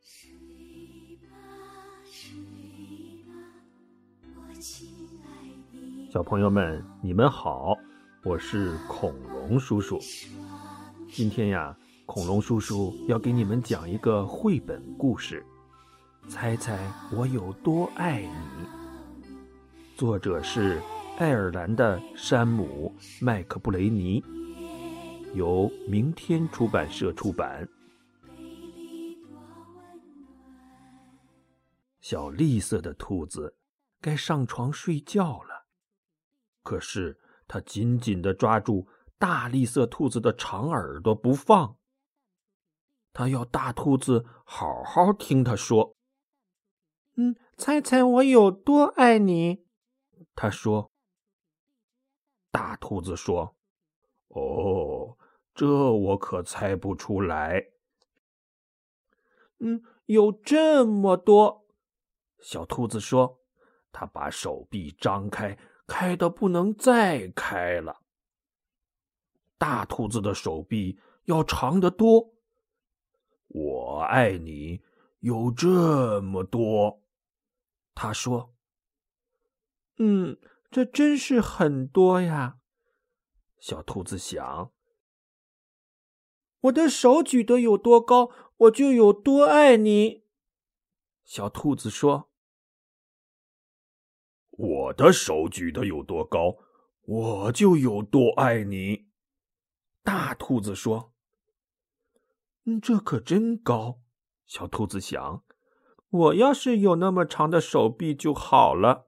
睡吧，睡吧，我亲爱的小朋友们，你们好，我是恐龙叔叔。今天呀，恐龙叔叔要给你们讲一个绘本故事，猜猜我有多爱你。作者是爱尔兰的山姆·麦克布雷尼，由明天出版社出版。小栗色的兔子该上床睡觉了，可是它紧紧地抓住大栗色兔子的长耳朵不放。它要大兔子好好听它说。猜猜我有多爱你？它说。大兔子说：哦，这我可猜不出来。有这么多。小兔子说，它把手臂张开，开得不能再开了。大兔子的手臂要长得多。我爱你有这么多。他说。这真是很多呀。小兔子想，我的手举得有多高，我就有多爱你。小兔子说。我的手举得有多高，我就有多爱你。大兔子说。这可真高。小兔子想，我要是有那么长的手臂就好了。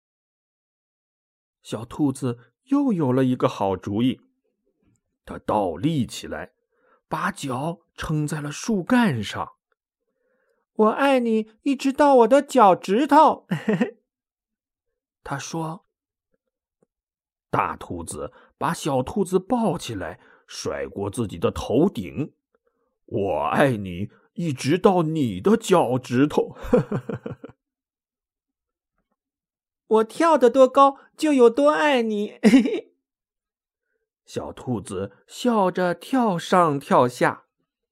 小兔子又有了一个好主意，它倒立起来，把脚撑在了树干上。我爱你一直到我的脚趾头。他说。大兔子把小兔子抱起来，甩过自己的头顶。我爱你一直到你的脚趾头。我跳得多高就有多爱你。小兔子笑着跳上跳下。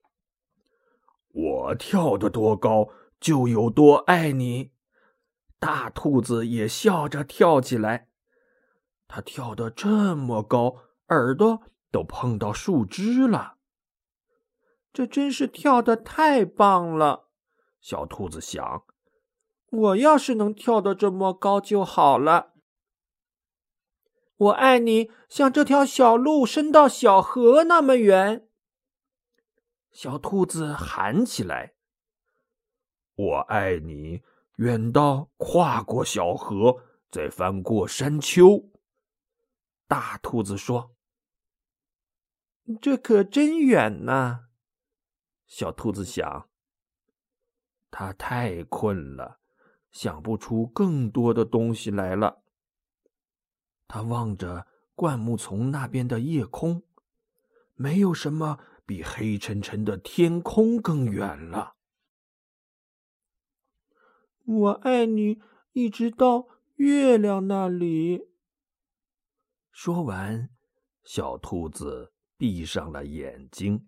我跳得多高就有多爱你。大兔子也笑着跳起来。它跳得这么高，耳朵都碰到树枝了。这真是跳得太棒了。小兔子想，我要是能跳得这么高就好了。我爱你像这条小路伸到小河那么远。小兔子喊起来。我爱你远到跨过小河，再翻过山丘。大兔子说。这可真远呐。小兔子想，它太困了，想不出更多的东西来了。它望着灌木丛那边的夜空，没有什么比黑沉沉的天空更远了。我爱你一直到月亮那里。说完，小兔子闭上了眼睛。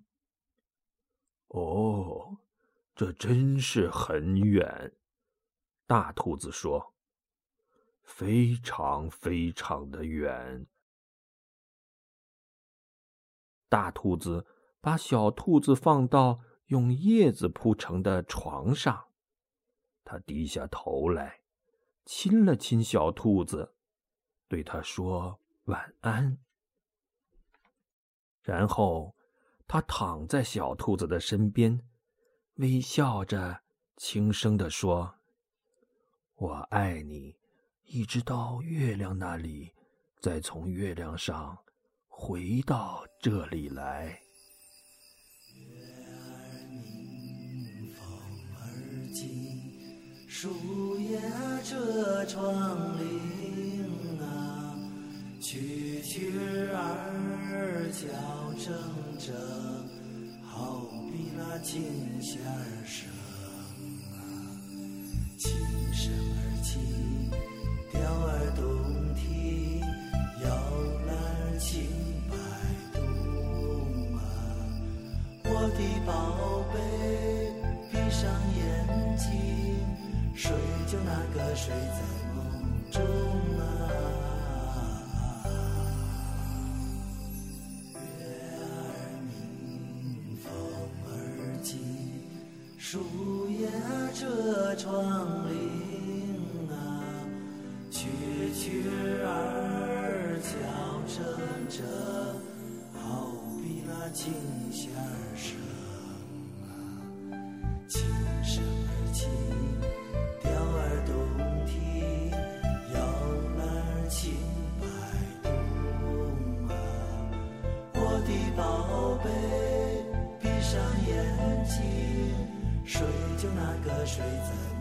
哦，这真是很远。大兔子说。非常非常的远。大兔子把小兔子放到用叶子铺成的床上，它低下头来，亲了亲小兔子，对它说晚安。然后他躺在小兔子的身边，微笑着轻声地说，我爱你一直到月亮那里，再从月亮上回到这里来。 月儿明，风儿静，树叶遮窗棂啊，蛐蛐儿叫铮铮，好比那金线绳啊，轻声儿轻，调儿动听，摇篮轻摆动啊，我的宝贝，闭上眼个睡在梦中啊。月儿明，风儿急，树叶遮窗棂啊，蛐蛐儿叫声着，好比那琴弦声啊，琴声儿起，调儿动听，摇篮轻摆动啊，我的宝贝，闭上眼睛，睡就那个睡在